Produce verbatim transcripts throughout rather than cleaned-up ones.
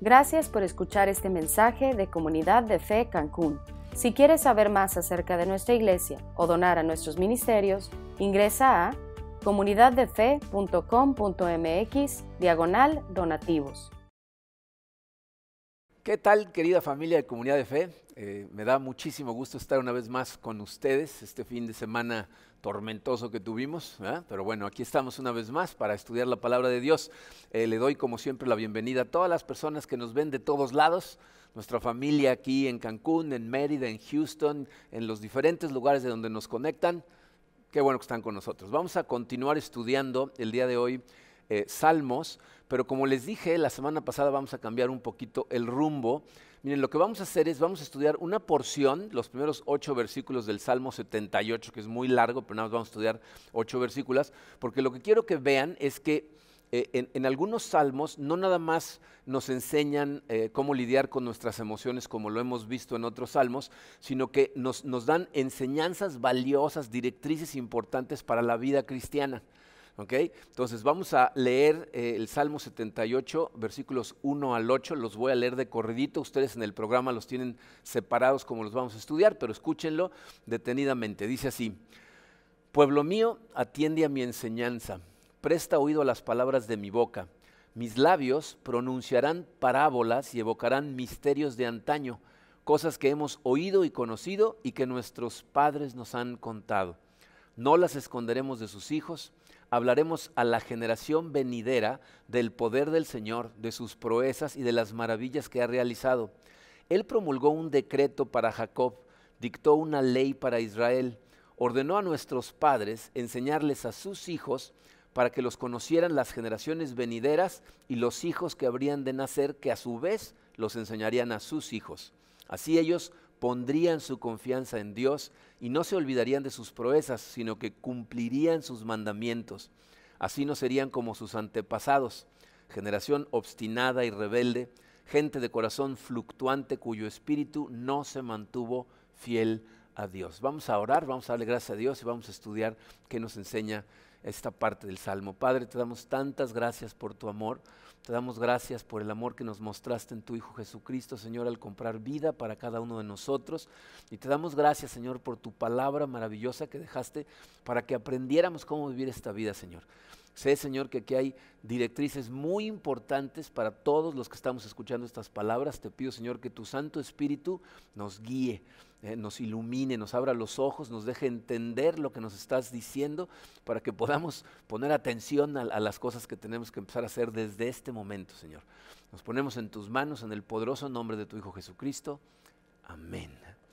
Gracias por escuchar este mensaje de Comunidad de Fe Cancún. Si quieres saber más acerca de nuestra iglesia o donar a nuestros ministerios, ingresa a comunidaddefe punto com punto mx diagonal donativos. ¿Qué tal, querida familia de Comunidad de Fe? Eh, me da muchísimo gusto estar una vez más con ustedes este fin de semana tormentoso que tuvimos, ¿verdad? Pero bueno, aquí estamos una vez más para estudiar la palabra de Dios. Eh, le doy como siempre la bienvenida a todas las personas que nos ven de todos lados, nuestra familia aquí en Cancún, en Mérida, en Houston, en los diferentes lugares de donde nos conectan. Qué bueno que están con nosotros. Vamos a continuar estudiando el día de hoy eh, Salmos, pero como les dije, la semana pasada vamos a cambiar un poquito el rumbo. Miren, lo que vamos a hacer es, vamos a estudiar una porción, los primeros ocho versículos del Salmo setenta y ocho, que es muy largo, pero nada más vamos a estudiar ocho versículos, porque lo que quiero que vean es que eh, en, en algunos salmos no nada más nos enseñan eh, cómo lidiar con nuestras emociones, como lo hemos visto en otros salmos, sino que nos, nos dan enseñanzas valiosas, directrices importantes para la vida cristiana. ¿Okay? Entonces vamos a leer eh, el Salmo setenta y ocho, versículos uno al ocho, los voy a leer de corridito, ustedes en el programa los tienen separados como los vamos a estudiar, pero escúchenlo detenidamente. Dice así: Pueblo mío, atiende a mi enseñanza, presta oído a las palabras de mi boca, mis labios pronunciarán parábolas y evocarán misterios de antaño, cosas que hemos oído y conocido y que nuestros padres nos han contado. No las esconderemos de sus hijos. Hablaremos a la generación venidera del poder del Señor, de sus proezas y de las maravillas que ha realizado. Él promulgó un decreto para Jacob, dictó una ley para Israel, ordenó a nuestros padres enseñarles a sus hijos para que los conocieran las generaciones venideras y los hijos que habrían de nacer, que a su vez los enseñarían a sus hijos. Así ellos pondrían su confianza en Dios y no se olvidarían de sus proezas, sino que cumplirían sus mandamientos. Así no serían como sus antepasados, generación obstinada y rebelde, gente de corazón fluctuante cuyo espíritu no se mantuvo fiel a Dios. Vamos a orar, vamos a darle gracias a Dios y vamos a estudiar qué nos enseña esta parte del Salmo. Padre, te damos tantas gracias por tu amor. Te damos gracias por el amor que nos mostraste en tu Hijo Jesucristo, Señor, al comprar vida para cada uno de nosotros. Y te damos gracias, Señor, por tu palabra maravillosa que dejaste para que aprendiéramos cómo vivir esta vida, Señor. Sé, Señor, que aquí hay directrices muy importantes para todos los que estamos escuchando estas palabras. Te pido, Señor, que tu Santo Espíritu nos guíe, eh, nos ilumine, nos abra los ojos, nos deje entender lo que nos estás diciendo para que podamos poner atención a, a las cosas que tenemos que empezar a hacer desde este momento, Señor. Nos ponemos en tus manos, en el poderoso nombre de tu Hijo Jesucristo. Amén.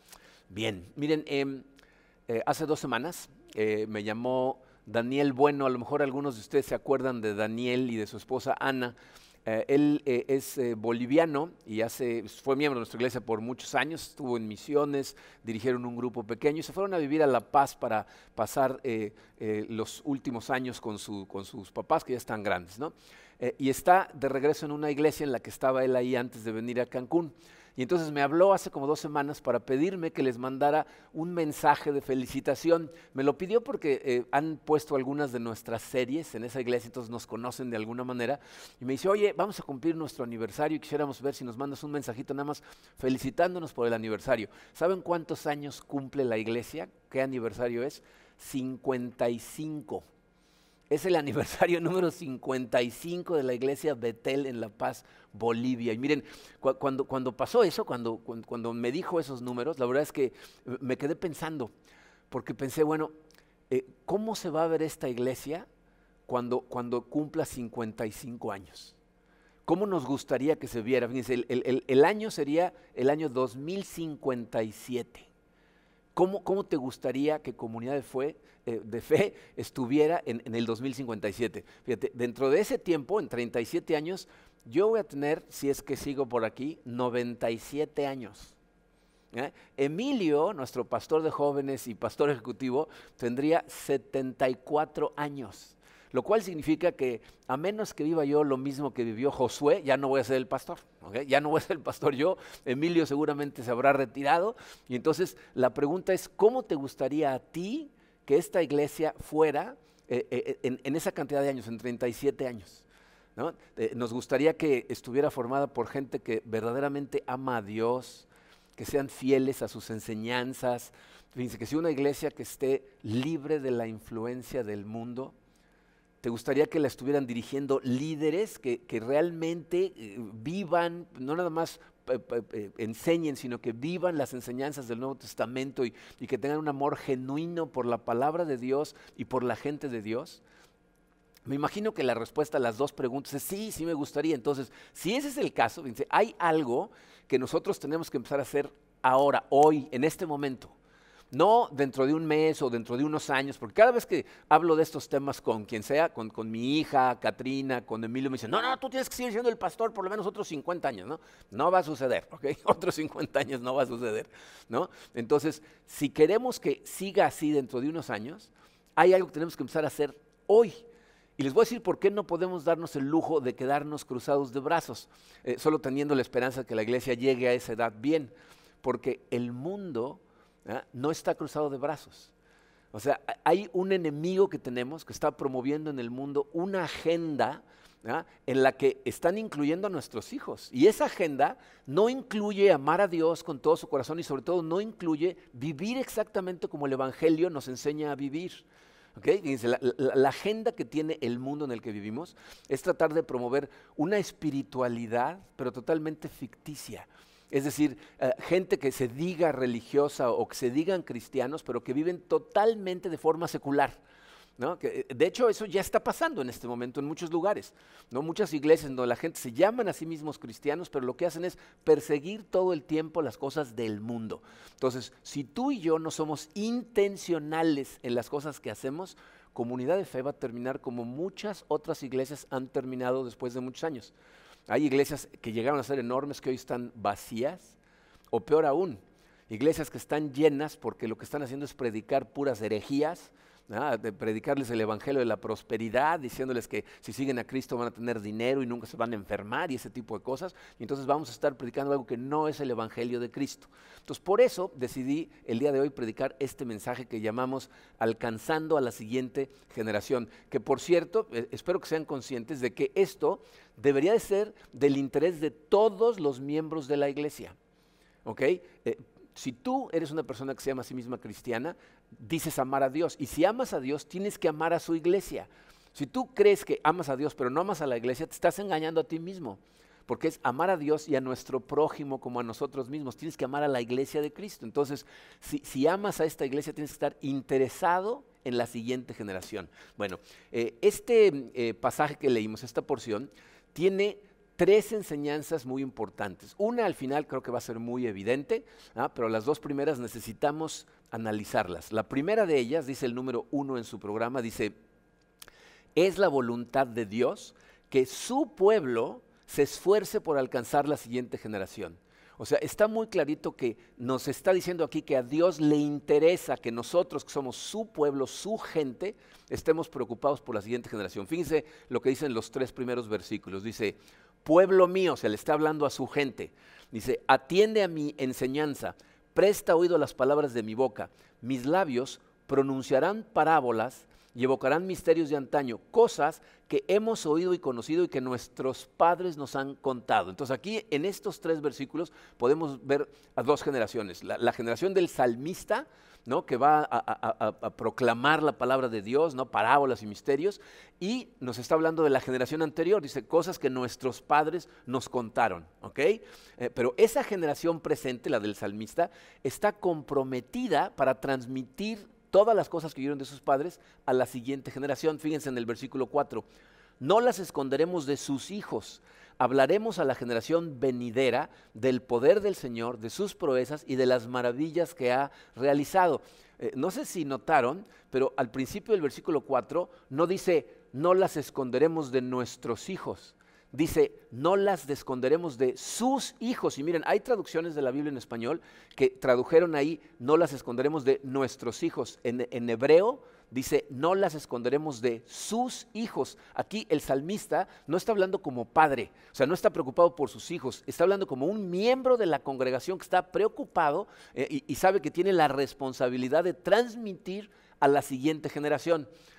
Bien, miren, eh, eh, hace dos semanas eh, me llamó Daniel Bueno. A lo mejor algunos de ustedes se acuerdan de Daniel y de su esposa Ana. Eh, él eh, es eh, boliviano y hace, fue miembro de nuestra iglesia por muchos años, estuvo en misiones, dirigieron un grupo pequeño y se fueron a vivir a La Paz para pasar eh, eh, los últimos años con, su, con sus papás, que ya están grandes, ¿no? Eh, y está de regreso en una iglesia en la que estaba él ahí antes de venir a Cancún. Y entonces me habló hace como dos semanas para pedirme que les mandara un mensaje de felicitación. Me lo pidió porque eh, han puesto algunas de nuestras series en esa iglesia, entonces nos conocen de alguna manera. Y me dice, oye, vamos a cumplir nuestro aniversario y quisiéramos ver si nos mandas un mensajito nada más felicitándonos por el aniversario. ¿Saben cuántos años cumple la iglesia? ¿Qué aniversario es? cincuenta y cinco. Es el aniversario número cincuenta y cinco de la iglesia Betel en La Paz, Bolivia. Y miren, cu cuando, cuando pasó eso, cuando, cuando, cuando me dijo esos números, la verdad es que me quedé pensando, porque pensé, bueno, eh, ¿cómo se va a ver esta iglesia cuando, cuando cumpla cincuenta y cinco años? ¿Cómo nos gustaría que se viera? Fíjense, el, el, el año sería el año dos mil cincuenta y siete. ¿Cómo, ¿Cómo te gustaría que Comunidad de Fe, eh, de fe estuviera en, en el dos mil cincuenta y siete? Fíjate, dentro de ese tiempo, en treinta y siete años, yo voy a tener, si es que sigo por aquí, noventa y siete años. ¿Eh? Emilio, nuestro pastor de jóvenes y pastor ejecutivo, tendría setenta y cuatro años. Lo cual significa que a menos que viva yo lo mismo que vivió Josué, ya no voy a ser el pastor, ¿okay? Ya no voy a ser el pastor yo, Emilio seguramente se habrá retirado. Y entonces la pregunta es, ¿cómo te gustaría a ti que esta iglesia fuera eh, eh, en, en esa cantidad de años, en treinta y siete años? ¿no? Eh, nos gustaría que estuviera formada por gente que verdaderamente ama a Dios, que sean fieles a sus enseñanzas. Fíjense que si una iglesia que esté libre de la influencia del mundo, ¿te gustaría que la estuvieran dirigiendo líderes que, que realmente eh, vivan, no nada más eh, eh, enseñen, sino que vivan las enseñanzas del Nuevo Testamento y, y que tengan un amor genuino por la palabra de Dios y por la gente de Dios? Me imagino que la respuesta a las dos preguntas es sí, sí me gustaría. Entonces, si ese es el caso, fíjense, hay algo que nosotros tenemos que empezar a hacer ahora, hoy, en este momento. No dentro de un mes o dentro de unos años, porque cada vez que hablo de estos temas con quien sea, con, con mi hija, Katrina, con Emilio, me dicen, no, no, tú tienes que seguir siendo el pastor por lo menos otros cincuenta años, ¿no? No va a suceder, ¿ok? Otros cincuenta años no va a suceder, ¿no? Entonces, si queremos que siga así dentro de unos años, hay algo que tenemos que empezar a hacer hoy. Y les voy a decir por qué no podemos darnos el lujo de quedarnos cruzados de brazos, eh, solo teniendo la esperanza de que la iglesia llegue a esa edad bien, porque el mundo ¿eh? no está cruzado de brazos. O sea, hay un enemigo que tenemos que está promoviendo en el mundo una agenda ¿eh? en la que están incluyendo a nuestros hijos. Y esa agenda no incluye amar a Dios con todo su corazón y sobre todo no incluye vivir exactamente como el Evangelio nos enseña a vivir. Okay? Fíjense, la, la, la agenda que tiene el mundo en el que vivimos es tratar de promover una espiritualidad, pero totalmente ficticia. Es decir, uh, gente que se diga religiosa o que se digan cristianos, pero que viven totalmente de forma secular, ¿no? Que, de hecho, eso ya está pasando en este momento en muchos lugares, ¿no? Muchas iglesias donde la gente se llaman a sí mismos cristianos, pero lo que hacen es perseguir todo el tiempo las cosas del mundo. Entonces, si tú y yo no somos intencionales en las cosas que hacemos, Comunidad de Fe va a terminar como muchas otras iglesias han terminado después de muchos años. Hay iglesias que llegaron a ser enormes que hoy están vacías, o peor aún, iglesias que están llenas porque lo que están haciendo es predicar puras herejías, ¿no? De predicarles el evangelio de la prosperidad, diciéndoles que si siguen a Cristo van a tener dinero y nunca se van a enfermar y ese tipo de cosas, y entonces vamos a estar predicando algo que no es el evangelio de Cristo. Entonces por eso decidí el día de hoy predicar este mensaje que llamamos Alcanzando a la siguiente generación, que por cierto, eh, espero que sean conscientes de que esto debería de ser del interés de todos los miembros de la iglesia, ¿ok? Eh, Si tú eres una persona que se llama a sí misma cristiana, dices amar a Dios. Y si amas a Dios, tienes que amar a su iglesia. Si tú crees que amas a Dios, pero no amas a la iglesia, te estás engañando a ti mismo. Porque es amar a Dios y a nuestro prójimo como a nosotros mismos. Tienes que amar a la iglesia de Cristo. Entonces, si, si amas a esta iglesia, tienes que estar interesado en la siguiente generación. Bueno, eh, este eh, pasaje que leímos, esta porción, tiene tres enseñanzas muy importantes. Una al final creo que va a ser muy evidente, ¿ah? pero las dos primeras necesitamos analizarlas. La primera de ellas, dice el número uno en su programa, dice, es la voluntad de Dios que su pueblo se esfuerce por alcanzar la siguiente generación. O sea, está muy clarito que nos está diciendo aquí que a Dios le interesa que nosotros, que somos su pueblo, su gente, estemos preocupados por la siguiente generación. Fíjense lo que dicen los tres primeros versículos. Dice, pueblo mío, se le está hablando a su gente. Dice, atiende a mi enseñanza, presta oído a las palabras de mi boca. Mis labios pronunciarán parábolas y evocarán misterios de antaño, cosas que hemos oído y conocido y que nuestros padres nos han contado. Entonces aquí en estos tres versículos podemos ver a dos generaciones. La, la generación del salmista, ¿no? que va a, a, a, a proclamar la palabra de Dios, ¿no? parábolas y misterios, y nos está hablando de la generación anterior, dice cosas que nuestros padres nos contaron, ¿ok? Eh, pero esa generación presente, la del salmista, está comprometida para transmitir todas las cosas que vieron de sus padres a la siguiente generación. Fíjense en el versículo cuatro, no las esconderemos de sus hijos, hablaremos a la generación venidera del poder del Señor, de sus proezas y de las maravillas que ha realizado. Eh, no sé si notaron, pero al principio del versículo cuatro no dice, no las esconderemos de nuestros hijos. Dice, no las esconderemos de sus hijos. Y miren, hay traducciones de la Biblia en español que tradujeron ahí, no las esconderemos de nuestros hijos. En, en hebreo dice, no las esconderemos de sus hijos. Aquí el salmista no está hablando como padre, o sea, no está preocupado por sus hijos, está hablando como un miembro de la congregación que está preocupado eh, y, y sabe que tiene la responsabilidad de transmitir a la siguiente generación.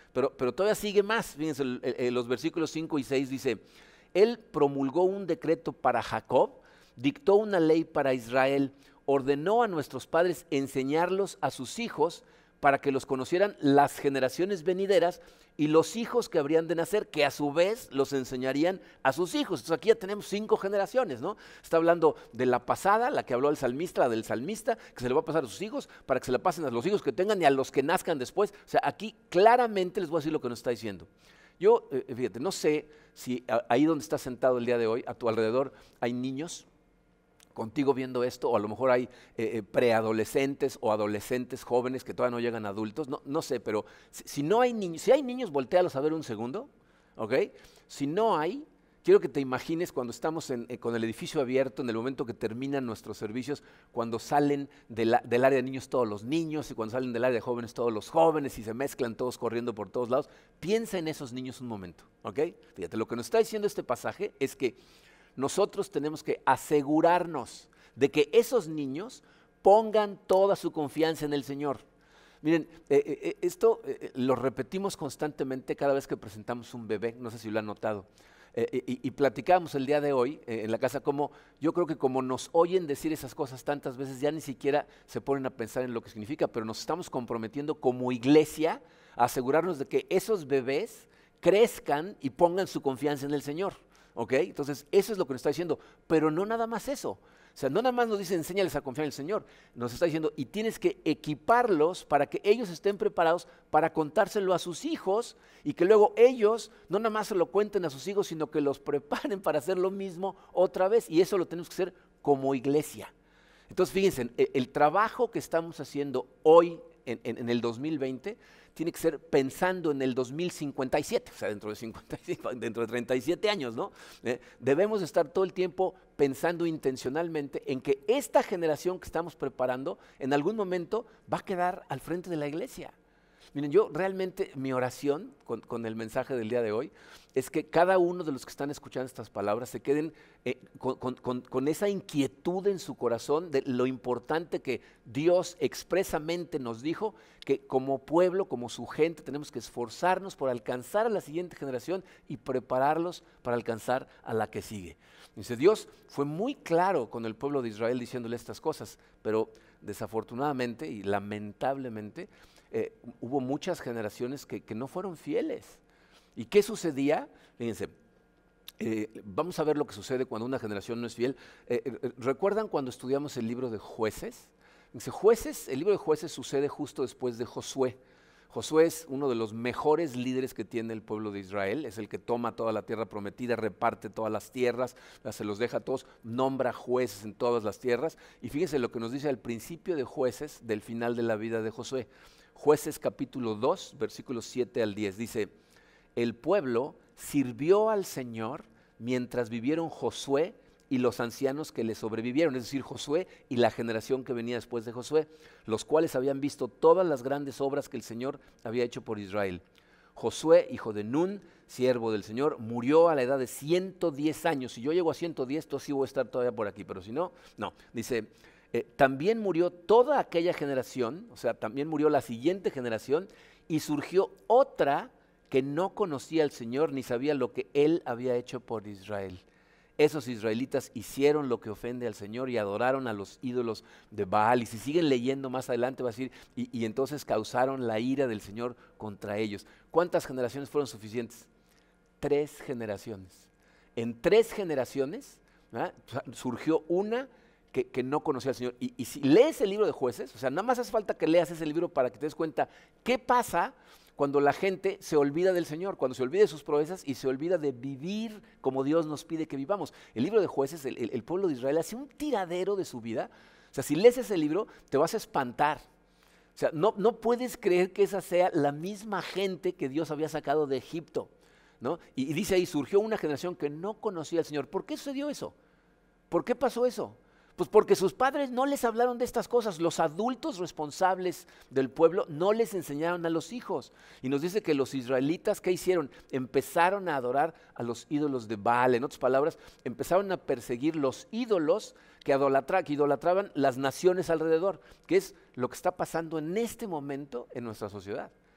Pero, pero todavía sigue más, fíjense, el, el, los versículos cinco y seis dice, Él promulgó un decreto para Jacob, dictó una ley para Israel, ordenó a nuestros padres enseñarlos a sus hijos para que los conocieran las generaciones venideras y los hijos que habrían de nacer, que a su vez los enseñarían a sus hijos. Entonces aquí ya tenemos cinco generaciones, ¿no? Está hablando de la pasada, la que habló el salmista, la del salmista, que se le va a pasar a sus hijos, para que se la pasen a los hijos que tengan y a los que nazcan después. O sea, aquí claramente les voy a decir lo que nos está diciendo. Yo, eh, fíjate, no sé si a, ahí donde estás sentado el día de hoy, a tu alrededor, hay niños contigo viendo esto, o a lo mejor hay eh, eh, preadolescentes o adolescentes jóvenes que todavía no llegan a adultos, no, no sé, pero si, si no hay niños, si hay niños, voltéalos a ver un segundo, ¿ok? Si no hay, quiero que te imagines cuando estamos en, eh, con el edificio abierto, en el momento que terminan nuestros servicios, cuando salen de la, del área de niños todos los niños y cuando salen del área de jóvenes todos los jóvenes y se mezclan todos corriendo por todos lados, piensa en esos niños un momento, ¿ok? Fíjate, lo que nos está diciendo este pasaje es que nosotros tenemos que asegurarnos de que esos niños pongan toda su confianza en el Señor. Miren, eh, eh, esto eh, lo repetimos constantemente cada vez que presentamos un bebé, no sé si lo han notado. Eh, y, y platicamos el día de hoy eh, en la casa como yo creo que como nos oyen decir esas cosas tantas veces ya ni siquiera se ponen a pensar en lo que significa, pero nos estamos comprometiendo como iglesia a asegurarnos de que esos bebés crezcan y pongan su confianza en el Señor. ¿Ok? Entonces, eso es lo que nos está diciendo, pero no nada más eso. O sea, no nada más nos dice, enséñales a confiar en el Señor. Nos está diciendo, y tienes que equiparlos para que ellos estén preparados para contárselo a sus hijos y que luego ellos no nada más se lo cuenten a sus hijos, sino que los preparen para hacer lo mismo otra vez. Y eso lo tenemos que hacer como iglesia. Entonces, fíjense, el, el trabajo que estamos haciendo hoy en, en, en el dos mil veinte tiene que ser pensando en el dos mil cincuenta y siete, o sea, dentro de, cincuenta y cinco, dentro de treinta y siete años, ¿no? Eh, debemos estar todo el tiempo pensando intencionalmente en que esta generación que estamos preparando en algún momento va a quedar al frente de la iglesia. Miren, yo realmente mi oración con, con el mensaje del día de hoy es que cada uno de los que están escuchando estas palabras se queden eh, con, con, con, con esa inquietud en su corazón de lo importante que Dios expresamente nos dijo, que como pueblo, como su gente, tenemos que esforzarnos por alcanzar a la siguiente generación y prepararlos para alcanzar a la que sigue. Dice, Dios fue muy claro con el pueblo de Israel diciéndole estas cosas, pero desafortunadamente y lamentablemente, Eh, hubo muchas generaciones que, que no fueron fieles. ¿Y qué sucedía? Fíjense, eh, vamos a ver lo que sucede cuando una generación no es fiel. Eh, eh, ¿Recuerdan cuando estudiamos el libro de Jueces? Dice, Jueces, el libro de Jueces sucede justo después de Josué. Josué es uno de los mejores líderes que tiene el pueblo de Israel, es el que toma toda la tierra prometida, reparte todas las tierras, se los deja a todos, nombra jueces en todas las tierras. Y fíjense lo que nos dice al principio de Jueces, del final de la vida de Josué. Jueces capítulo dos, versículos siete al diez, dice, el pueblo sirvió al Señor mientras vivieron Josué y los ancianos que le sobrevivieron, es decir, Josué y la generación que venía después de Josué, los cuales habían visto todas las grandes obras que el Señor había hecho por Israel. Josué, hijo de Nun, siervo del Señor, murió a la edad de ciento diez años. Si yo llego a ciento diez, entonces sí voy a estar todavía por aquí, pero si no, no. Dice, Eh, también murió toda aquella generación, o sea, también murió la siguiente generación y surgió otra que no conocía al Señor ni sabía lo que Él había hecho por Israel. Esos israelitas hicieron lo que ofende al Señor y adoraron a los ídolos de Baal. Y si siguen leyendo más adelante va a decir, y, y entonces causaron la ira del Señor contra ellos. ¿Cuántas generaciones fueron suficientes? Tres generaciones. En tres generaciones, ¿verdad?, surgió una Que, que no conocía al Señor. Y, y si lees el libro de Jueces, o sea, nada más hace falta que leas ese libro para que te des cuenta qué pasa cuando la gente se olvida del Señor, cuando se olvida de sus promesas y se olvida de vivir como Dios nos pide que vivamos. El libro de Jueces, el, el, el pueblo de Israel hace un tiradero de su vida. O sea, si lees ese libro, te vas a espantar. O sea, no, no puedes creer que esa sea la misma gente que Dios había sacado de Egipto, ¿no? Y, y dice ahí, surgió una generación que no conocía al Señor. ¿Por qué sucedió eso? ¿Por qué pasó eso? Pues porque sus padres no les hablaron de estas cosas, los adultos responsables del pueblo no les enseñaron a los hijos. Y nos dice que los israelitas, ¿qué hicieron? Empezaron a adorar a los ídolos de Baal. En otras palabras, empezaron a perseguir los ídolos que, idolatra, que idolatraban las naciones alrededor, que es lo que está pasando en este momento en nuestra sociedad. O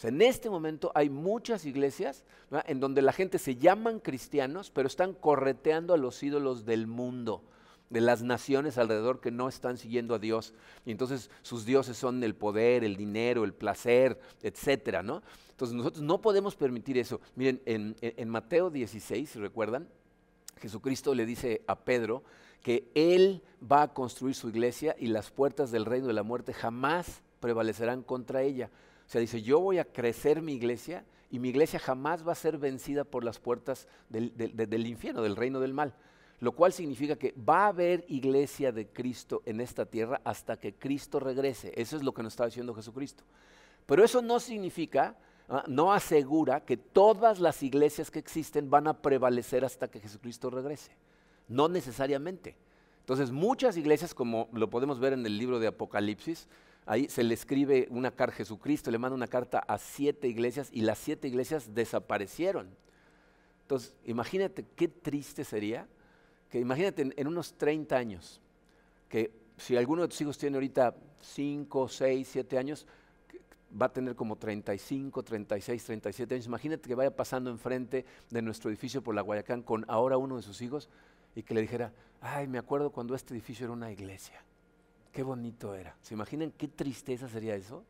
sea, en este momento hay muchas iglesias, ¿verdad?, en donde la gente se llaman cristianos, pero están correteando a los ídolos del mundo, de las naciones alrededor que no están siguiendo a Dios. Y entonces sus dioses son el poder, el dinero, el placer, etcétera, ¿no? Entonces nosotros no podemos permitir eso. Miren, en, en, en Mateo dieciséis, si recuerdan, Jesucristo le dice a Pedro que Él va a construir su iglesia y las puertas del reino de la muerte jamás prevalecerán contra ella. O sea, dice, yo voy a crecer mi iglesia y mi iglesia jamás va a ser vencida por las puertas del, del, del infierno, del reino del mal. Lo cual significa que va a haber iglesia de Cristo en esta tierra hasta que Cristo regrese. Eso es lo que nos está diciendo Jesucristo. Pero eso no significa, ¿ah?, no asegura que todas las iglesias que existen van a prevalecer hasta que Jesucristo regrese. No necesariamente. Entonces, muchas iglesias, como lo podemos ver en el libro de Apocalipsis, ahí se le escribe una carta, Jesucristo le manda una carta a siete iglesias y las siete iglesias desaparecieron. Entonces, imagínate qué triste sería. Que imagínate en, en unos treinta años, que si alguno de tus hijos tiene ahorita cinco, seis, siete años, va a tener como treinta y cinco, treinta y seis, treinta y siete años. Imagínate que vaya pasando enfrente de nuestro edificio por la Guayacán con ahora uno de sus hijos y que le dijera, ay, me acuerdo cuando este edificio era una iglesia. Qué bonito era. ¿Se imaginan qué tristeza sería eso?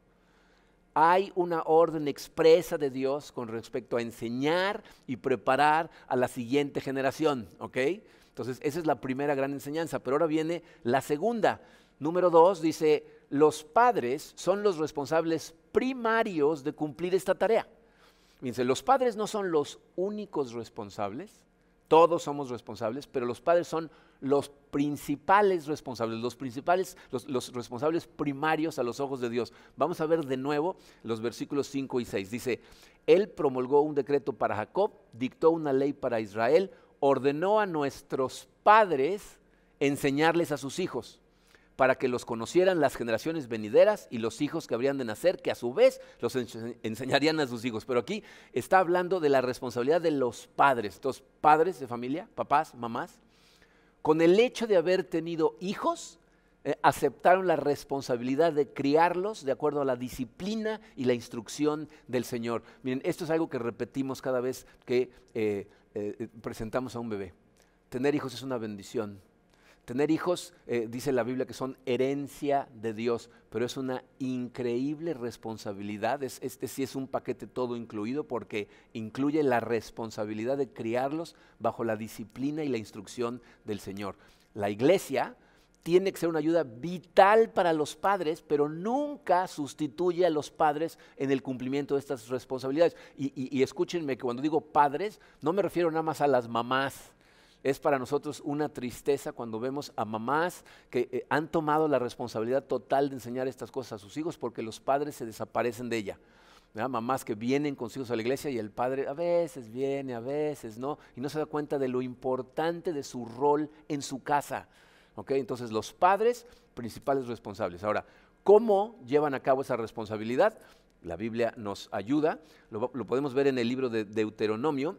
Hay una orden expresa de Dios con respecto a enseñar y preparar a la siguiente generación, ¿ok? Entonces, esa es la primera gran enseñanza, pero ahora viene la segunda. Número dos, dice, los padres son los responsables primarios de cumplir esta tarea. Fíjense, los padres no son los únicos responsables, todos somos responsables, pero los padres son los principales responsables, los principales, los, los responsables primarios a los ojos de Dios. Vamos a ver de nuevo los versículos cinco y seis. Dice, Él promulgó un decreto para Jacob, dictó una ley para Israel, ordenó a nuestros padres enseñarles a sus hijos, para que los conocieran las generaciones venideras y los hijos que habrían de nacer, que a su vez los enseñarían a sus hijos. Pero aquí está hablando de la responsabilidad de los padres, estos padres de familia, papás, mamás, con el hecho de haber tenido hijos, eh, aceptaron la responsabilidad de criarlos de acuerdo a la disciplina y la instrucción del Señor. Miren, esto es algo que repetimos cada vez que eh, eh, presentamos a un bebé. Tener hijos es una bendición. Tener hijos, eh, dice la Biblia, que son herencia de Dios, pero es una increíble responsabilidad. Es, este sí es un paquete todo incluido porque incluye la responsabilidad de criarlos bajo la disciplina y la instrucción del Señor. La iglesia tiene que ser una ayuda vital para los padres, pero nunca sustituye a los padres en el cumplimiento de estas responsabilidades. Y, y, y escúchenme que cuando digo padres, no me refiero nada más a las mamás. Es para nosotros una tristeza cuando vemos a mamás que eh, han tomado la responsabilidad total de enseñar estas cosas a sus hijos porque los padres se desaparecen de ella. ¿Verdad? Mamás que vienen con sus hijos a la iglesia y el padre a veces viene, a veces no, y no se da cuenta de lo importante de su rol en su casa. ¿Okay? Entonces los padres, principales responsables. Ahora, ¿cómo llevan a cabo esa responsabilidad? La Biblia nos ayuda, lo, lo podemos ver en el libro de Deuteronomio,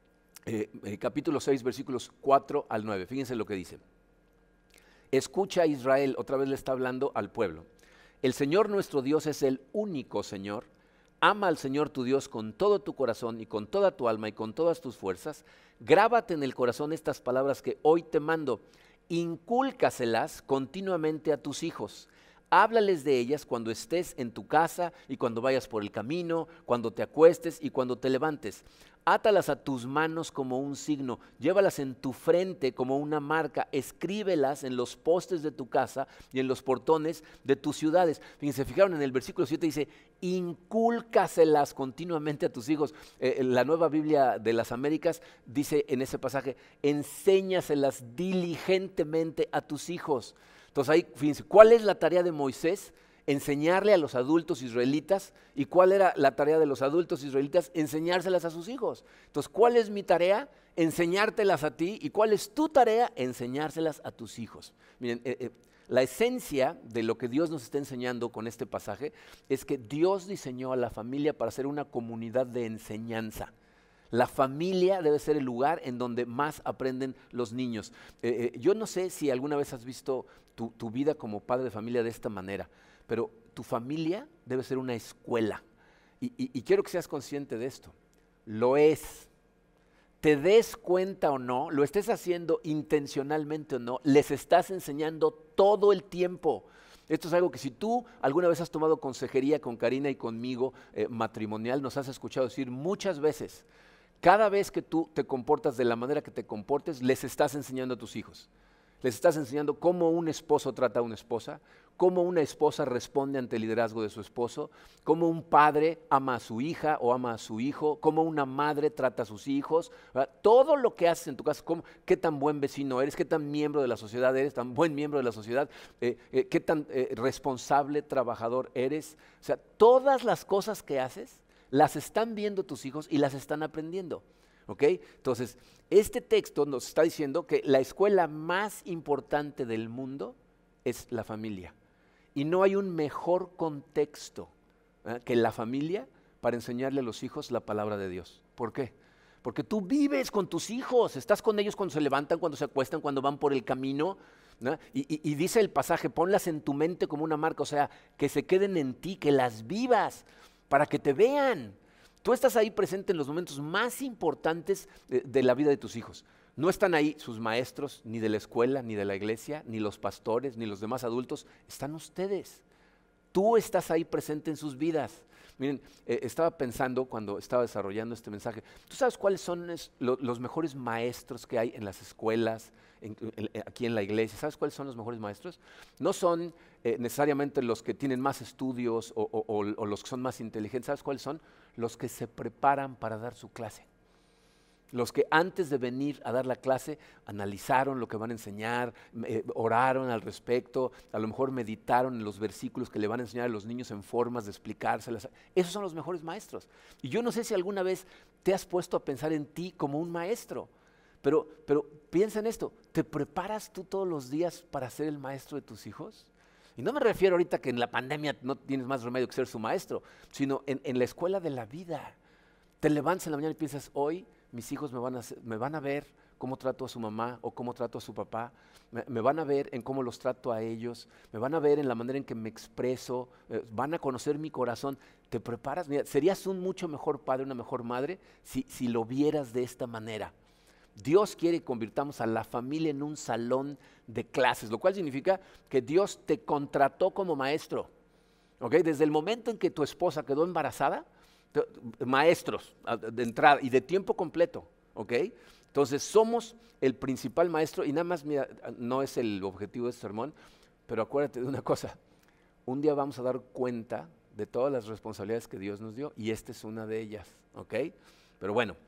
Eh, eh, capítulo seis, versículos cuatro al nueve. Fíjense lo que dice. Escucha, Israel, otra vez le está hablando al pueblo. El Señor nuestro Dios es el único Señor. Ama al Señor tu Dios con todo tu corazón y con toda tu alma y con todas tus fuerzas. Grábate en el corazón estas palabras que hoy te mando. Incúlcaselas continuamente a tus hijos. Háblales de ellas cuando estés en tu casa y cuando vayas por el camino, cuando te acuestes y cuando te levantes. Átalas a tus manos como un signo, llévalas en tu frente como una marca, escríbelas en los postes de tu casa y en los portones de tus ciudades. Fíjense, fijaron en el versículo siete dice, incúlcaselas continuamente a tus hijos. Eh, la Nueva Biblia de las Américas dice en ese pasaje, enséñaselas diligentemente a tus hijos. Entonces ahí, fíjense, ¿cuál es la tarea de Moisés? Enseñarle a los adultos israelitas. ¿Y cuál era la tarea de los adultos israelitas? Enseñárselas a sus hijos. Entonces, ¿cuál es mi tarea? Enseñártelas a ti. ¿Y cuál es tu tarea? Enseñárselas a tus hijos. Miren, eh, eh, la esencia de lo que Dios nos está enseñando con este pasaje es que Dios diseñó a la familia para ser una comunidad de enseñanza. La familia debe ser el lugar en donde más aprenden los niños. Eh, eh, yo no sé si alguna vez has visto tu, tu vida como padre de familia de esta manera, pero tu familia debe ser una escuela Y, y, y quiero que seas consciente de esto. Lo es. Te des cuenta o no, lo estés haciendo intencionalmente o no, les estás enseñando todo el tiempo. Esto es algo que si tú alguna vez has tomado consejería con Karina y conmigo, eh, matrimonial, nos has escuchado decir muchas veces. Cada vez que tú te comportas de la manera que te comportes, les estás enseñando a tus hijos. Les estás enseñando cómo un esposo trata a una esposa, cómo una esposa responde ante el liderazgo de su esposo, cómo un padre ama a su hija o ama a su hijo, cómo una madre trata a sus hijos, ¿verdad? Todo lo que haces en tu casa, cómo, qué tan buen vecino eres, qué tan miembro de la sociedad eres, tan buen miembro de la sociedad, eh, eh, qué tan eh, responsable, trabajador eres. O sea, todas las cosas que haces las están viendo tus hijos y las están aprendiendo. ¿Ok? Entonces, este texto nos está diciendo que la escuela más importante del mundo es la familia. Y no hay un mejor contexto ¿eh? que la familia para enseñarle a los hijos la palabra de Dios. ¿Por qué? Porque tú vives con tus hijos, estás con ellos cuando se levantan, cuando se acuestan, cuando van por el camino. ¿no? Y, y, y dice el pasaje, ponlas en tu mente como una marca, o sea, que se queden en ti, que las vivas, para que te vean. Tú estás ahí presente en los momentos más importantes de, de la vida de tus hijos. No están ahí sus maestros, ni de la escuela, ni de la iglesia, ni los pastores, ni los demás adultos. Están ustedes. Tú estás ahí presente en sus vidas. Miren, eh, estaba pensando cuando estaba desarrollando este mensaje. ¿Tú sabes cuáles son es, lo, los mejores maestros que hay en las escuelas, en, en, aquí en la iglesia? ¿Sabes cuáles son los mejores maestros? No son eh, necesariamente los que tienen más estudios o, o, o, o los que son más inteligentes. ¿Sabes cuáles son? Los que se preparan para dar su clase. Los que antes de venir a dar la clase analizaron lo que van a enseñar, eh, oraron al respecto, a lo mejor meditaron en los versículos que le van a enseñar a los niños en formas de explicárselas. Esos son los mejores maestros. Y yo no sé si alguna vez te has puesto a pensar en ti como un maestro, pero, pero piensa en esto, ¿te preparas tú todos los días para ser el maestro de tus hijos? Y no me refiero ahorita que en la pandemia no tienes más remedio que ser su maestro, sino en, en la escuela de la vida. Te levantas en la mañana y piensas, hoy mis hijos me van a, me van a ver cómo trato a su mamá o cómo trato a su papá, me, me van a ver en cómo los trato a ellos, me van a ver en la manera en que me expreso, eh, van a conocer mi corazón. ¿Te preparas? Mira, serías un mucho mejor padre, una mejor madre, si, si lo vieras de esta manera. Dios quiere que convirtamos a la familia en un salón de clases, lo cual significa que Dios te contrató como maestro. ¿Okay? Desde el momento en que tu esposa quedó embarazada, maestros de entrada y de tiempo completo, ¿ok? Entonces somos el principal maestro y nada más, mira, no es el objetivo de este sermón, pero acuérdate de una cosa, un día vamos a dar cuenta de todas las responsabilidades que Dios nos dio y esta es una de ellas, ¿ok? Pero bueno,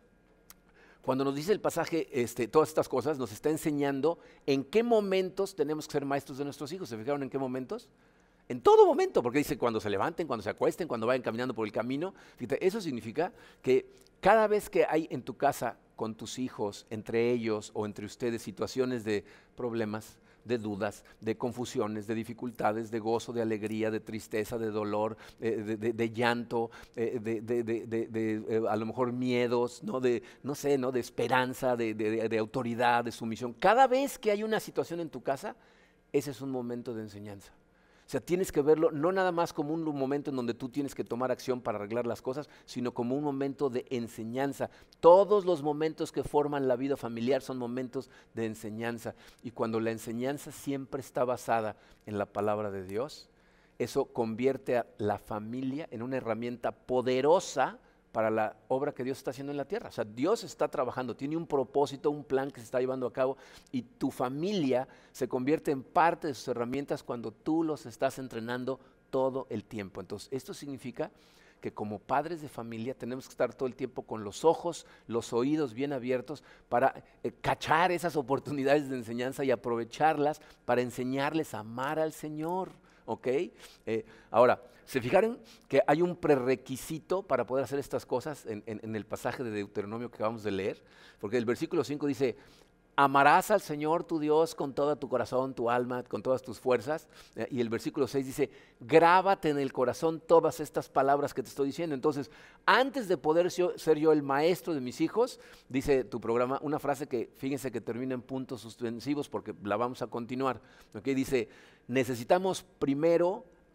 cuando nos dice el pasaje este, todas estas cosas, nos está enseñando en qué momentos tenemos que ser maestros de nuestros hijos. ¿Se fijaron en qué momentos? En todo momento, porque dice cuando se levanten, cuando se acuesten, cuando vayan caminando por el camino. Fíjate, eso significa que cada vez que hay en tu casa con tus hijos, entre ellos o entre ustedes situaciones de problemas, de dudas, de confusiones, de dificultades, de gozo, de alegría, de tristeza, de dolor, eh, de, de, de llanto, eh, de, de, de, de, de eh, a lo mejor miedos, ¿no? De, no sé, ¿no? de esperanza, de, de, de autoridad, de sumisión. Cada vez que hay una situación en tu casa, ese es un momento de enseñanza. O sea, tienes que verlo no nada más como un momento en donde tú tienes que tomar acción para arreglar las cosas, sino como un momento de enseñanza. Todos los momentos que forman la vida familiar son momentos de enseñanza. Y cuando la enseñanza siempre está basada en la palabra de Dios, eso convierte a la familia en una herramienta poderosa para la obra que Dios está haciendo en la tierra. O sea, Dios está trabajando, tiene un propósito, un plan que se está llevando a cabo y tu familia se convierte en parte de sus herramientas cuando tú los estás entrenando todo el tiempo. Entonces, esto significa que como padres de familia tenemos que estar todo el tiempo con los ojos, los oídos bien abiertos para eh, cachar esas oportunidades de enseñanza y aprovecharlas para enseñarles a amar al Señor. ¿Ok? Eh, ahora, ¿se fijaron que hay un prerequisito para poder hacer estas cosas en, en, en el pasaje de Deuteronomio que acabamos de leer? Porque el versículo cinco dice, amarás al Señor tu Dios con todo tu corazón, tu alma, con todas tus fuerzas. Eh, y el versículo seis dice, grábate en el corazón todas estas palabras que te estoy diciendo. Entonces, antes de poder ser yo el maestro de mis hijos, dice tu programa, una frase que fíjense que termina en puntos suspensivos porque la vamos a continuar. ¿Okay? Dice, necesitamos primero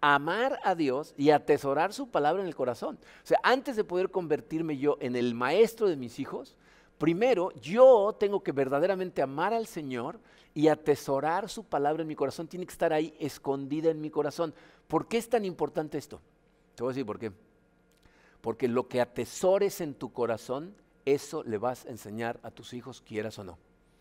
amar a Dios y atesorar su palabra en el corazón. O sea, antes de poder convertirme yo en el maestro de mis hijos, primero yo tengo que verdaderamente amar al Señor y atesorar su palabra en mi corazón. Tiene que estar ahí escondida en mi corazón. ¿Por qué es tan importante esto? Te voy a decir por qué. Porque lo que atesores en tu corazón, eso le vas a enseñar a tus hijos, quieras o no.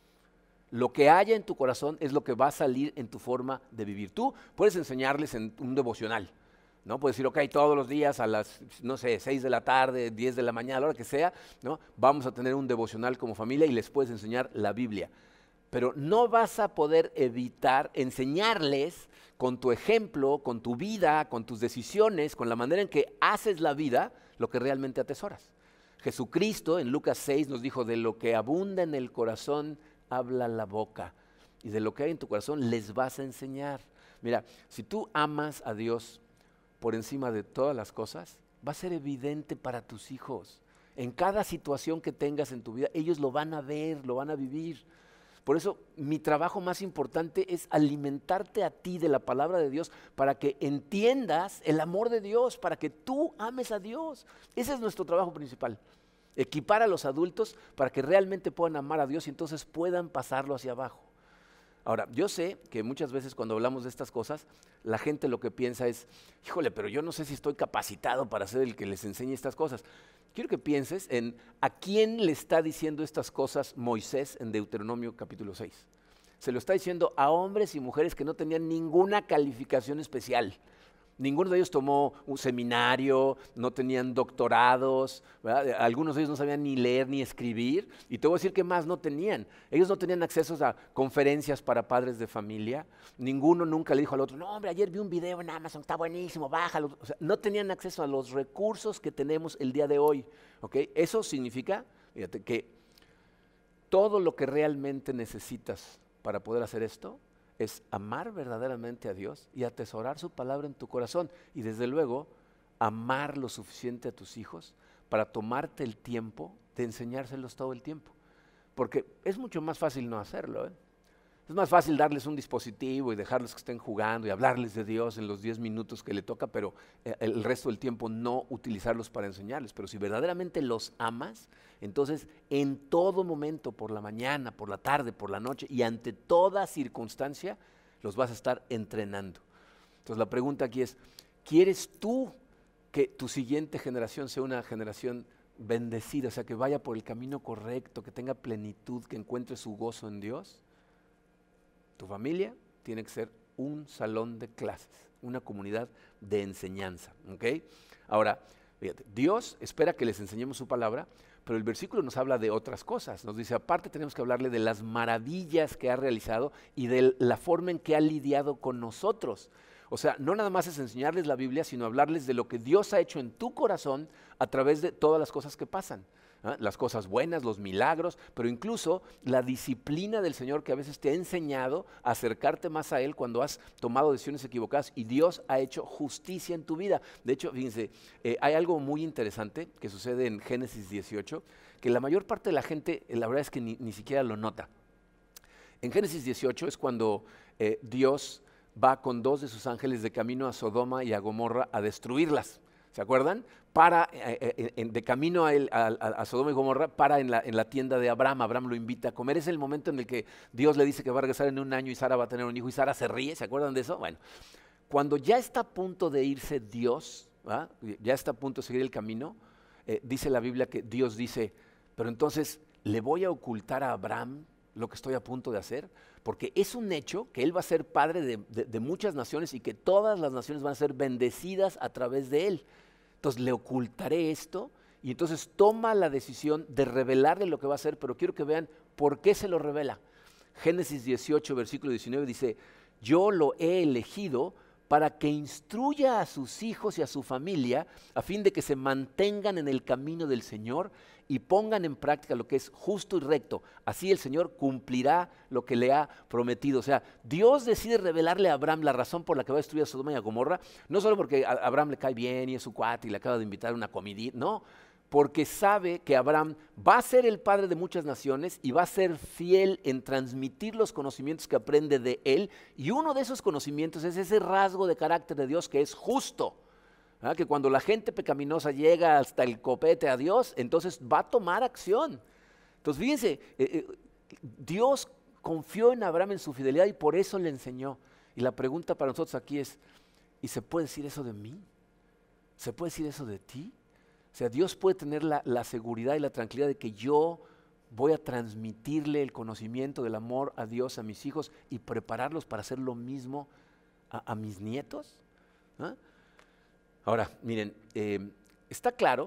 Lo que haya en tu corazón es lo que va a salir en tu forma de vivir. Tú puedes enseñarles en un devocional, ¿no? Puedes decir, ok, todos los días a las, no sé, seis de la tarde, diez de la mañana, a la hora que sea, ¿no? Vamos a tener un devocional como familia y les puedes enseñar la Biblia. Pero no vas a poder evitar enseñarles con tu ejemplo, con tu vida, con tus decisiones, con la manera en que haces la vida, lo que realmente atesoras. Jesucristo en Lucas seis nos dijo, de lo que abunda en el corazón, habla la boca, y de lo que hay en tu corazón les vas a enseñar. Mira, si tú amas a Dios por encima de todas las cosas, va a ser evidente para tus hijos. En cada situación que tengas en tu vida, ellos lo van a ver, lo van a vivir. Por eso mi trabajo más importante es alimentarte a ti de la palabra de Dios para que entiendas el amor de Dios, para que tú ames a Dios. Ese es nuestro trabajo principal. Equipar a los adultos para que realmente puedan amar a Dios y entonces puedan pasarlo hacia abajo. Ahora, yo sé que muchas veces cuando hablamos de estas cosas, la gente lo que piensa es, híjole, pero yo no sé si estoy capacitado para ser el que les enseñe estas cosas. Quiero que pienses en a quién le está diciendo estas cosas Moisés en Deuteronomio capítulo seis. Se lo está diciendo a hombres y mujeres que no tenían ninguna calificación especial. Ninguno de ellos tomó un seminario, no tenían doctorados, ¿verdad? Algunos de ellos no sabían ni leer ni escribir, y te voy a decir que más no tenían. Ellos no tenían acceso a conferencias para padres de familia, ninguno nunca le dijo al otro, no hombre, ayer vi un video en Amazon, está buenísimo, bájalo. O sea, no tenían acceso a los recursos que tenemos el día de hoy, ¿ok? Eso significa, fíjate, que todo lo que realmente necesitas para poder hacer esto, es amar verdaderamente a Dios y atesorar su palabra en tu corazón. Y desde luego, amar lo suficiente a tus hijos para tomarte el tiempo de enseñárselos todo el tiempo. Porque es mucho más fácil no hacerlo, ¿eh? Es más fácil darles un dispositivo y dejarlos que estén jugando y hablarles de Dios en los diez minutos que le toca, pero el resto del tiempo no utilizarlos para enseñarles. Pero si verdaderamente los amas, entonces en todo momento, por la mañana, por la tarde, por la noche y ante toda circunstancia, los vas a estar entrenando. Entonces la pregunta aquí es, ¿quieres tú que tu siguiente generación sea una generación bendecida, o sea, que vaya por el camino correcto, que tenga plenitud, que encuentre su gozo en Dios? Tu familia tiene que ser un salón de clases, una comunidad de enseñanza, ¿ok? Ahora, fíjate, Dios espera que les enseñemos su palabra, pero el versículo nos habla de otras cosas. Nos dice, aparte tenemos que hablarle de las maravillas que ha realizado y de la forma en que ha lidiado con nosotros. O sea, no nada más es enseñarles la Biblia, sino hablarles de lo que Dios ha hecho en tu corazón a través de todas las cosas que pasan. ¿Ah? Las cosas buenas, los milagros, pero incluso la disciplina del Señor que a veces te ha enseñado a acercarte más a Él cuando has tomado decisiones equivocadas y Dios ha hecho justicia en tu vida. De hecho, fíjense, eh, hay algo muy interesante que sucede en Génesis dieciocho, que la mayor parte de la gente, eh, la verdad es que ni, ni siquiera lo nota. En Génesis dieciocho es cuando eh, Dios va con dos de sus ángeles de camino a Sodoma y a Gomorra a destruirlas. ¿Se acuerdan? Para, eh, eh, de camino a, él, a, a Sodoma y Gomorra, para en la, en la tienda de Abraham. Abraham lo invita a comer. Es el momento en el que Dios le dice que va a regresar en un año y Sara va a tener un hijo y Sara se ríe. ¿Se acuerdan de eso? Bueno, cuando ya está a punto de irse Dios, ¿ah? Ya está a punto de seguir el camino, eh, dice la Biblia que Dios dice, pero entonces le voy a ocultar a Abraham lo que estoy a punto de hacer, porque es un hecho que él va a ser padre de, de, de muchas naciones y que todas las naciones van a ser bendecidas a través de él. Entonces le ocultaré esto y entonces toma la decisión de revelarle lo que va a hacer, pero quiero que vean por qué se lo revela. Génesis dieciocho, versículo diecinueve dice, yo lo he elegido para que instruya a sus hijos y a su familia a fin de que se mantengan en el camino del Señor y pongan en práctica lo que es justo y recto. Así el Señor cumplirá lo que le ha prometido. O sea, Dios decide revelarle a Abraham la razón por la que va a destruir a Sodoma y a Gomorra, no solo porque a Abraham le cae bien y es su cuate y le acaba de invitar a una comidita, no, porque sabe que Abraham va a ser el padre de muchas naciones y va a ser fiel en transmitir los conocimientos que aprende de él. Y uno de esos conocimientos es ese rasgo de carácter de Dios que es justo. ¿Ah? Que cuando la gente pecaminosa llega hasta el copete a Dios, entonces va a tomar acción. Entonces fíjense, eh, eh, Dios confió en Abraham en su fidelidad y por eso le enseñó. Y la pregunta para nosotros aquí es, ¿y se puede decir eso de mí? ¿Se puede decir eso de ti? O sea, Dios puede tener la, la seguridad y la tranquilidad de que yo voy a transmitirle el conocimiento del amor a Dios a mis hijos y prepararlos para hacer lo mismo a, a mis nietos. ¿Ah? Ahora, miren, eh, está claro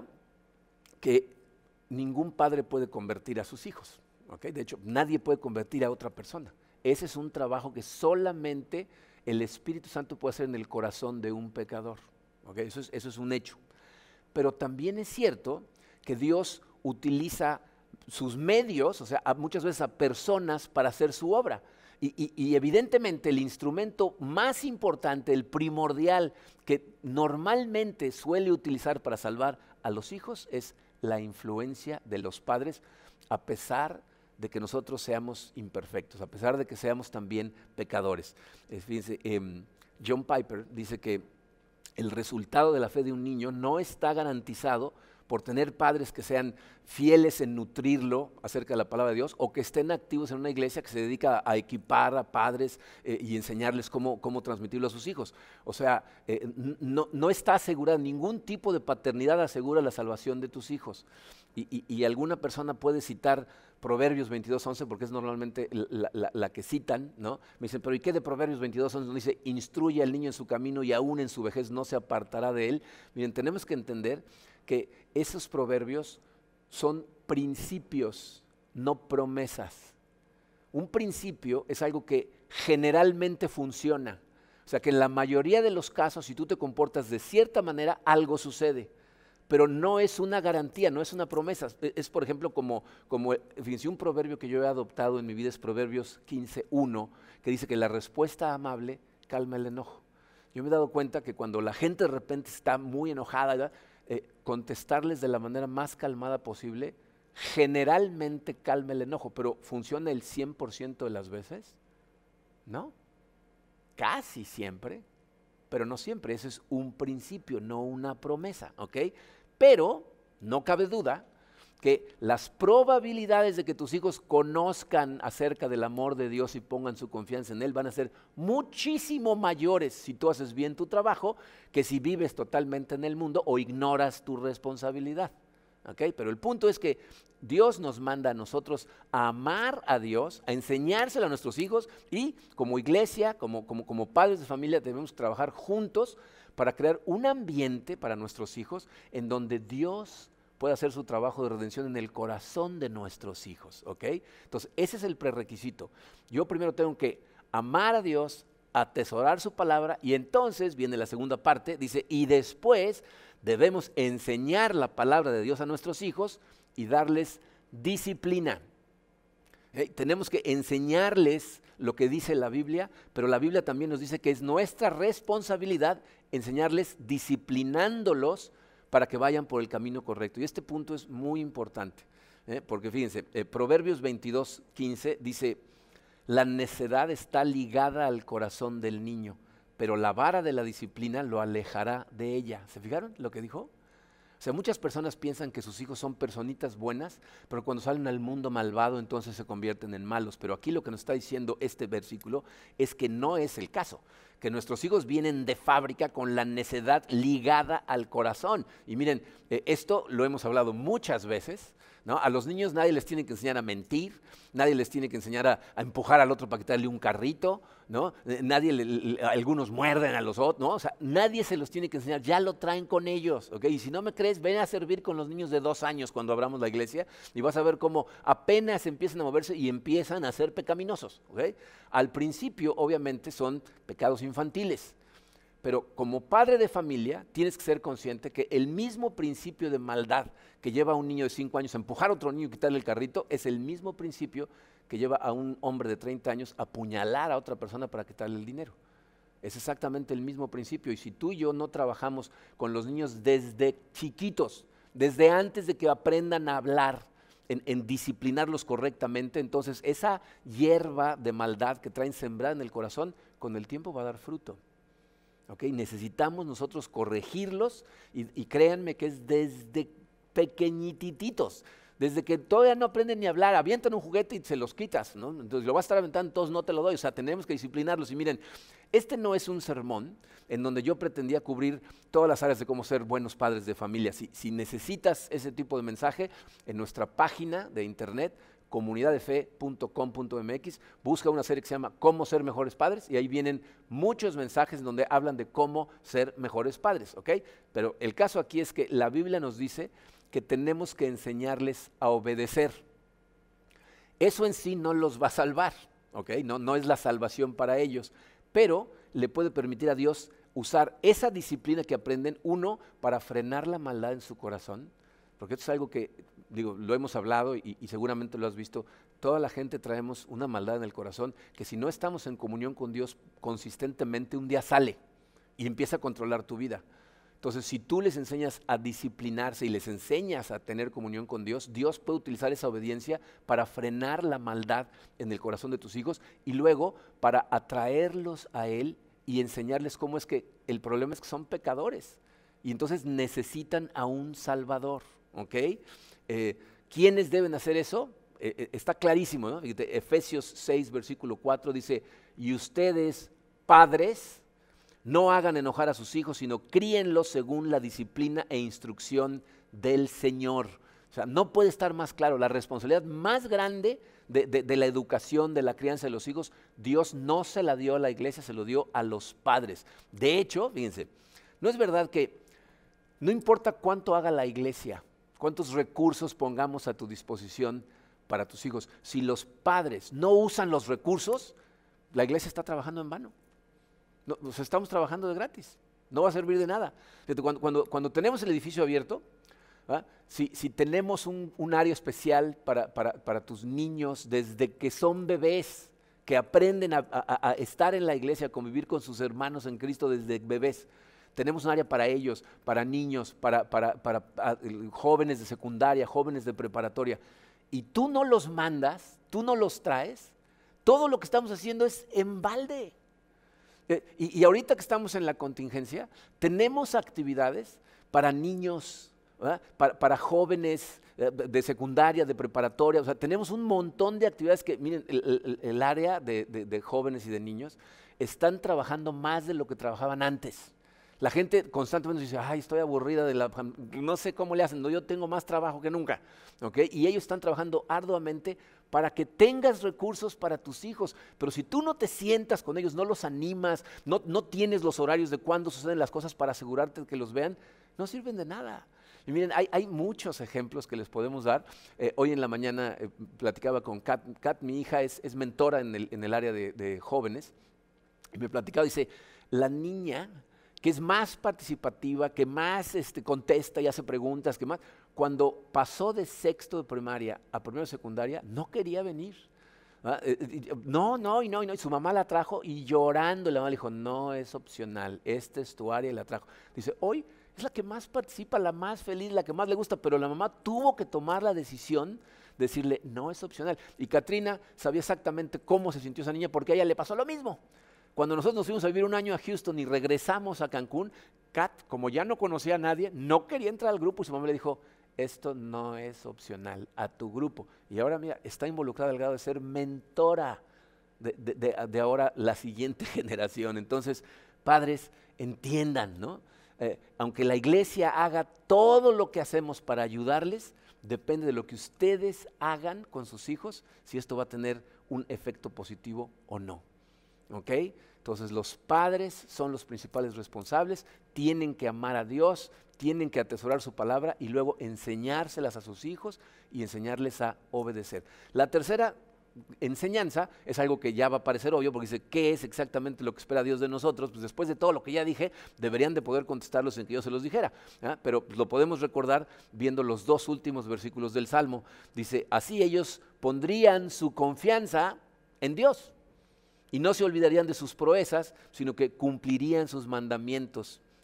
que ningún padre puede convertir a sus hijos. ¿Okay? De hecho, nadie puede convertir a otra persona. Ese es un trabajo que solamente el Espíritu Santo puede hacer en el corazón de un pecador. ¿Okay? Eso es, eso es un hecho. Pero también es cierto que Dios utiliza sus medios, o sea, a muchas veces a personas para hacer su obra. Y, y, y evidentemente el instrumento más importante, el primordial que normalmente suele utilizar para salvar a los hijos es la influencia de los padres, a pesar de que nosotros seamos imperfectos, a pesar de que seamos también pecadores. Eh, fíjense, eh, John Piper dice que el resultado de la fe de un niño no está garantizado por tener padres que sean fieles en nutrirlo acerca de la palabra de Dios o que estén activos en una iglesia que se dedica a equipar a padres eh, y enseñarles cómo, cómo transmitirlo a sus hijos. O sea, eh, no, no está asegurada, ningún tipo de paternidad asegura la salvación de tus hijos. Y, y, y alguna persona puede citar Proverbios veintidós once porque es normalmente la, la, la que citan, ¿no? Me dicen, pero ¿y qué de Proverbios veintidós once? Donde dice, instruye al niño en su camino y aún en su vejez no se apartará de él. Miren, tenemos que entender que esos proverbios son principios, no promesas. Un principio es algo que generalmente funciona. O sea que en la mayoría de los casos, si tú te comportas de cierta manera, algo sucede. Pero no es una garantía, no es una promesa. Es, por ejemplo, como, como fíjense, un proverbio que yo he adoptado en mi vida es Proverbios quince uno, que dice que la respuesta amable calma el enojo. Yo me he dado cuenta que cuando la gente de repente está muy enojada, eh, contestarles de la manera más calmada posible, generalmente calma el enojo, pero ¿funciona el cien por ciento de las veces? No, casi siempre, pero no siempre. Ese es un principio, no una promesa, ¿ok? Pero no cabe duda que las probabilidades de que tus hijos conozcan acerca del amor de Dios y pongan su confianza en Él van a ser muchísimo mayores si tú haces bien tu trabajo que si vives totalmente en el mundo o ignoras tu responsabilidad. ¿Okay? Pero el punto es que Dios nos manda a nosotros a amar a Dios, a enseñárselo a nuestros hijos y como iglesia, como, como, como padres de familia debemos trabajar juntos para crear un ambiente para nuestros hijos en donde Dios pueda hacer su trabajo de redención en el corazón de nuestros hijos. ¿Okay? Entonces ese es el prerequisito. Yo primero tengo que amar a Dios, atesorar su palabra y entonces viene la segunda parte, dice, y después debemos enseñar la palabra de Dios a nuestros hijos y darles disciplina. ¿Eh? Tenemos que enseñarles lo que dice la Biblia, pero la Biblia también nos dice que es nuestra responsabilidad enseñarles disciplinándolos para que vayan por el camino correcto. Y este punto es muy importante, ¿eh? porque fíjense, eh, Proverbios veintidós quince dice, la necedad está ligada al corazón del niño, pero la vara de la disciplina lo alejará de ella. ¿Se fijaron lo que dijo? O sea, muchas personas piensan que sus hijos son personitas buenas, pero cuando salen al mundo malvado entonces se convierten en malos. Pero aquí lo que nos está diciendo este versículo es que no es el caso, que nuestros hijos vienen de fábrica con la necedad ligada al corazón. Y miren, eh, esto lo hemos hablado muchas veces, ¿no? A los niños nadie les tiene que enseñar a mentir, nadie les tiene que enseñar a, a empujar al otro para quitarle un carrito, ¿no? Nadie, le, le, algunos muerden a los otros, ¿no? O sea, nadie se los tiene que enseñar, ya lo traen con ellos, ¿ok? Y si no me crees, ven a servir con los niños de dos años cuando abramos la iglesia y vas a ver cómo apenas empiezan a moverse y empiezan a ser pecaminosos, ¿ok? Al principio, obviamente, son pecados infantiles. Pero como padre de familia tienes que ser consciente que el mismo principio de maldad que lleva a un niño de cinco años a empujar a otro niño y quitarle el carrito es el mismo principio que lleva a un hombre de treinta años a apuñalar a otra persona para quitarle el dinero. Es exactamente el mismo principio y si tú y yo no trabajamos con los niños desde chiquitos, desde antes de que aprendan a hablar, en, en disciplinarlos correctamente, entonces esa hierba de maldad que traen sembrada en el corazón, con el tiempo va a dar fruto. ¿Okay? Necesitamos nosotros corregirlos y, y créanme que es desde pequeñititos. Desde que todavía no aprenden ni a hablar, avientan un juguete y se los quitas, ¿no? Entonces lo vas a estar aventando, todos no te lo doy, o sea, tenemos que disciplinarlos. Y miren, este no es un sermón en donde yo pretendía cubrir todas las áreas de cómo ser buenos padres de familia. Si, si necesitas ese tipo de mensaje, en nuestra página de internet, comunidad de fe punto com punto m x, busca una serie que se llama Cómo ser mejores padres, y ahí vienen muchos mensajes donde hablan de cómo ser mejores padres, ¿ok? Pero el caso aquí es que la Biblia nos dice que tenemos que enseñarles a obedecer. Eso en sí no los va a salvar, ¿ok? No, no es la salvación para ellos, pero le puede permitir a Dios usar esa disciplina que aprenden, uno, para frenar la maldad en su corazón, porque esto es algo que, digo, lo hemos hablado y, y seguramente lo has visto, toda la gente traemos una maldad en el corazón que si no estamos en comunión con Dios consistentemente, un día sale y empieza a controlar tu vida. Entonces, si tú les enseñas a disciplinarse y les enseñas a tener comunión con Dios, Dios puede utilizar esa obediencia para frenar la maldad en el corazón de tus hijos y luego para atraerlos a Él y enseñarles cómo es que el problema es que son pecadores y entonces necesitan a un Salvador, ¿ok? Eh, ¿Quiénes deben hacer eso? Eh, eh, está clarísimo, ¿no? Efesios seis, versículo cuatro dice, y ustedes, padres, no hagan enojar a sus hijos, sino críenlos según la disciplina e instrucción del Señor. O sea, no puede estar más claro, la responsabilidad más grande de, de, de la educación, de la crianza de los hijos, Dios no se la dio a la iglesia, se lo dio a los padres. De hecho, fíjense, no es verdad que no importa cuánto haga la iglesia, cuántos recursos pongamos a tu disposición para tus hijos, si los padres no usan los recursos, la iglesia está trabajando en vano. No, nos estamos trabajando de gratis, no va a servir de nada. Cuando, cuando, cuando tenemos el edificio abierto, si, si tenemos un, un área especial para, para, para tus niños desde que son bebés, que aprenden a, a, a estar en la iglesia, a convivir con sus hermanos en Cristo desde bebés, tenemos un área para ellos, para niños, para, para, para, para jóvenes de secundaria, jóvenes de preparatoria, y tú no los mandas, tú no los traes, todo lo que estamos haciendo es en balde. Eh, y, y ahorita que estamos en la contingencia, tenemos actividades para niños, para, para jóvenes eh, de secundaria, de preparatoria, o sea, tenemos un montón de actividades que, miren, el, el, el área de, de, de jóvenes y de niños están trabajando más de lo que trabajaban antes. La gente constantemente dice, ay, estoy aburrida de la, no sé cómo le hacen, no, yo tengo más trabajo que nunca, ¿ok? Y ellos están trabajando arduamente para que tengas recursos para tus hijos, pero si tú no te sientas con ellos, no los animas, no, no tienes los horarios de cuándo suceden las cosas para asegurarte de que los vean, no sirven de nada. Y miren, hay, hay muchos ejemplos que les podemos dar. Eh, hoy en la mañana eh, platicaba con Kat, Kat, mi hija es, es mentora en el, en el área de, de jóvenes, y me platicaba, dice, la niña que es más participativa, que más este, contesta y hace preguntas, que más, cuando pasó de sexto de primaria a primero de secundaria, no quería venir. ¿Ah? No, no, y no, y no, y su mamá la trajo y llorando, la mamá le dijo, no es opcional, esta es tu área y la trajo. Dice, hoy es la que más participa, la más feliz, la que más le gusta, pero la mamá tuvo que tomar la decisión de decirle, no es opcional. Y Katrina sabía exactamente cómo se sintió esa niña porque a ella le pasó lo mismo. Cuando nosotros nos fuimos a vivir un año a Houston y regresamos a Cancún, Kat, como ya no conocía a nadie, no quería entrar al grupo y su mamá le dijo, esto no es opcional, a tu grupo. Y ahora mira, está involucrada al grado de ser mentora de, de, de, de ahora la siguiente generación. Entonces, padres, entiendan, ¿no? Eh, aunque la iglesia haga todo lo que hacemos para ayudarles, depende de lo que ustedes hagan con sus hijos, si esto va a tener un efecto positivo o no. ¿Ok? Entonces los padres son los principales responsables, tienen que amar a Dios, tienen que atesorar su palabra y luego enseñárselas a sus hijos y enseñarles a obedecer. La tercera enseñanza es algo que ya va a parecer obvio porque dice, ¿qué es exactamente lo que espera Dios de nosotros? Pues después de todo lo que ya dije, deberían de poder contestarlo sin que yo se los dijera, ¿eh? Pero lo podemos recordar viendo los dos últimos versículos del Salmo. Dice, así ellos pondrían su confianza en Dios. Y no se olvidarían de sus proezas, sino que cumplirían sus mandamientos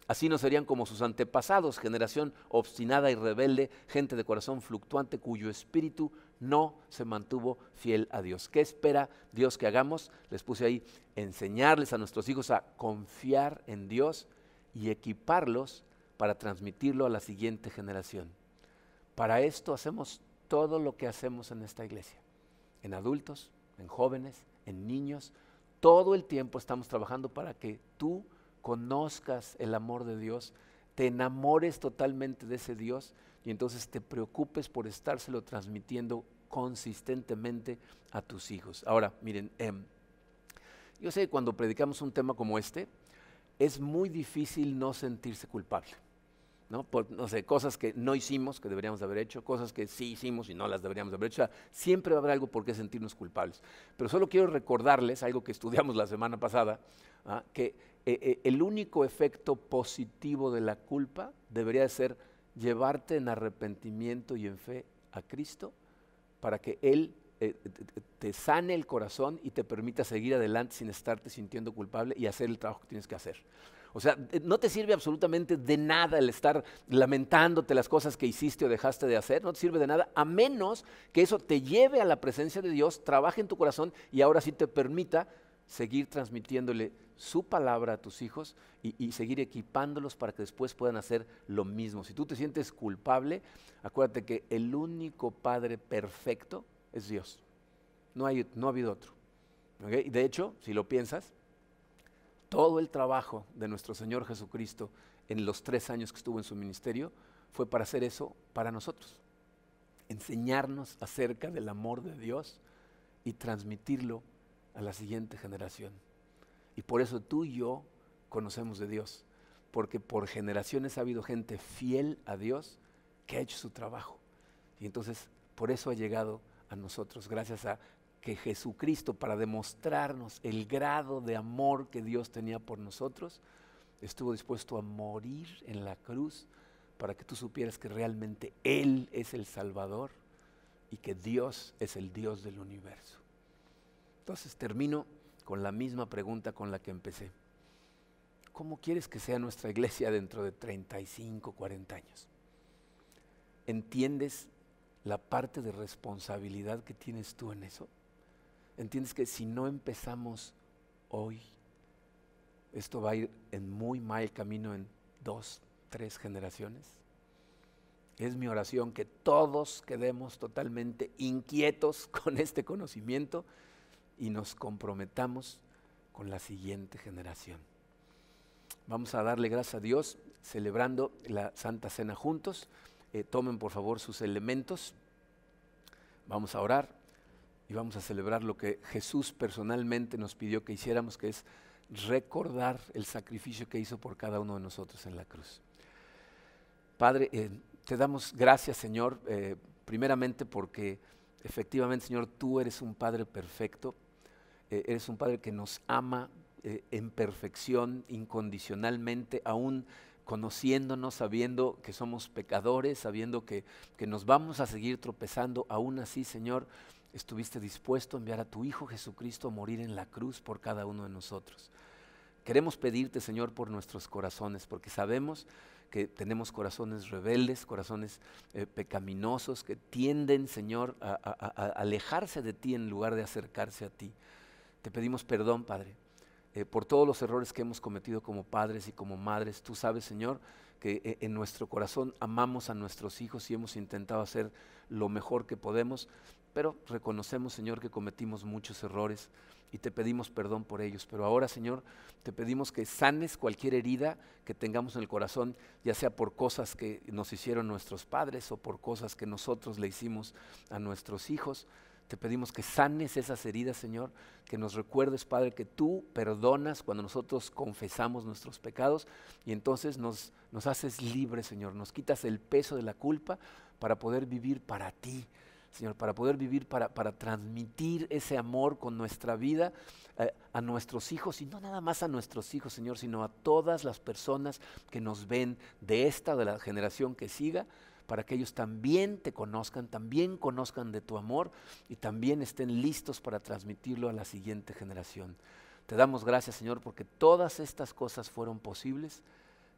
Así no serían como sus antepasados, generación obstinada y rebelde, gente de corazón fluctuante cuyo espíritu no se mantuvo fiel a Dios. ¿Qué espera Dios que hagamos? Les puse ahí, enseñarles a nuestros hijos a confiar en Dios y equiparlos para transmitirlo a la siguiente generación. Para esto hacemos todo lo que hacemos en esta iglesia, en adultos, en jóvenes, en niños. Todo el tiempo estamos trabajando para que tú conozcas el amor de Dios, te enamores totalmente de ese Dios y entonces te preocupes por estárselo transmitiendo consistentemente a tus hijos. Ahora, miren, eh, yo sé que cuando predicamos un tema como este, es muy difícil no sentirse culpable, ¿no? Por, no sé, cosas que no hicimos, que deberíamos de haber hecho, cosas que sí hicimos y no las deberíamos de haber hecho. O sea, siempre va a haber algo por qué sentirnos culpables. Pero solo quiero recordarles algo que estudiamos la semana pasada, ¿ah? que eh, eh, el único efecto positivo de la culpa debería de ser llevarte en arrepentimiento y en fe a Cristo para que Él eh, te, te sane el corazón y te permita seguir adelante sin estarte sintiendo culpable y hacer el trabajo que tienes que hacer. O sea, no te sirve absolutamente de nada el estar lamentándote las cosas que hiciste o dejaste de hacer, no te sirve de nada, a menos que eso te lleve a la presencia de Dios, trabaje en tu corazón y ahora sí te permita seguir transmitiéndole su palabra a tus hijos y, y seguir equipándolos para que después puedan hacer lo mismo. Si tú te sientes culpable, acuérdate que el único Padre perfecto es Dios. No, hay, no ha habido otro. ¿Okay? De hecho, si lo piensas, todo el trabajo de nuestro Señor Jesucristo en los tres años que estuvo en su ministerio fue para hacer eso para nosotros. Enseñarnos acerca del amor de Dios y transmitirlo a la siguiente generación. Y por eso tú y yo conocemos de Dios, porque por generaciones ha habido gente fiel a Dios que ha hecho su trabajo. Y entonces por eso ha llegado a nosotros, gracias a que Jesucristo, para demostrarnos el grado de amor que Dios tenía por nosotros, estuvo dispuesto a morir en la cruz para que tú supieras que realmente Él es el Salvador y que Dios es el Dios del universo. Entonces termino con la misma pregunta con la que empecé. ¿Cómo quieres que sea nuestra iglesia dentro de treinta y cinco, cuarenta años? ¿Entiendes la parte de responsabilidad que tienes tú en eso? ¿Entiendes que si no empezamos hoy, esto va a ir en muy mal camino en dos, tres generaciones? Es mi oración que todos quedemos totalmente inquietos con este conocimiento y nos comprometamos con la siguiente generación. Vamos a darle gracias a Dios celebrando la Santa Cena juntos. Eh, tomen por favor sus elementos. Vamos a orar y vamos a celebrar lo que Jesús personalmente nos pidió que hiciéramos, que es recordar el sacrificio que hizo por cada uno de nosotros en la cruz. Padre, eh, te damos gracias, Señor, eh, primeramente porque efectivamente, Señor, tú eres un Padre perfecto, eh, eres un Padre que nos ama eh, en perfección, incondicionalmente, aún conociéndonos, sabiendo que somos pecadores, sabiendo que, que nos vamos a seguir tropezando. Aún así, Señor, estuviste dispuesto a enviar a tu Hijo Jesucristo a morir en la cruz por cada uno de nosotros. Queremos pedirte, Señor, por nuestros corazones, porque sabemos que tenemos corazones rebeldes, corazones eh, pecaminosos, que tienden, Señor, a, a, a alejarse de ti en lugar de acercarse a ti. Te pedimos perdón, Padre, eh, por todos los errores que hemos cometido como padres y como madres. Tú sabes, Señor, que eh, en nuestro corazón amamos a nuestros hijos y hemos intentado hacer lo mejor que podemos, pero reconocemos, Señor, que cometimos muchos errores y te pedimos perdón por ellos. Pero ahora, Señor, te pedimos que sanes cualquier herida que tengamos en el corazón, ya sea por cosas que nos hicieron nuestros padres o por cosas que nosotros le hicimos a nuestros hijos. Te pedimos que sanes esas heridas, Señor, que nos recuerdes, Padre, que tú perdonas cuando nosotros confesamos nuestros pecados y entonces nos, nos haces libres, Señor, nos quitas el peso de la culpa para poder vivir para ti, Señor, para poder vivir, para, para transmitir ese amor con nuestra vida eh, a nuestros hijos, y no nada más a nuestros hijos, Señor, sino a todas las personas que nos ven de esta, de la generación que siga, para que ellos también te conozcan, también conozcan de tu amor y también estén listos para transmitirlo a la siguiente generación. Te damos gracias, Señor, porque todas estas cosas fueron posibles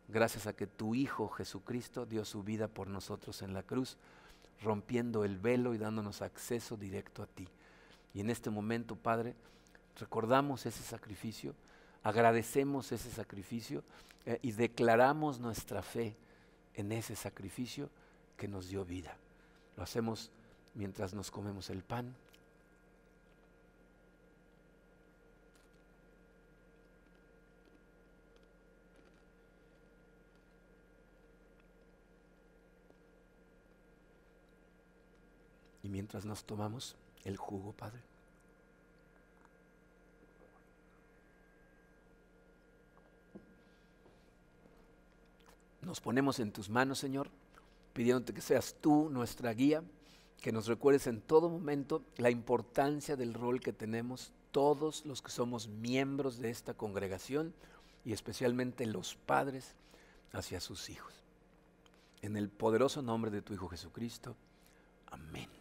gracias a que tu Hijo Jesucristo dio su vida por nosotros en la cruz, rompiendo el velo y dándonos acceso directo a ti. Y en este momento, Padre, recordamos ese sacrificio, agradecemos ese sacrificio eh, y declaramos nuestra fe en ese sacrificio que nos dio vida. Lo hacemos mientras nos comemos el pan. Y mientras nos tomamos el jugo, Padre. Nos ponemos en tus manos, Señor, pidiéndote que seas tú nuestra guía, que nos recuerdes en todo momento la importancia del rol que tenemos todos los que somos miembros de esta congregación y especialmente los padres hacia sus hijos. En el poderoso nombre de tu Hijo Jesucristo. Amén.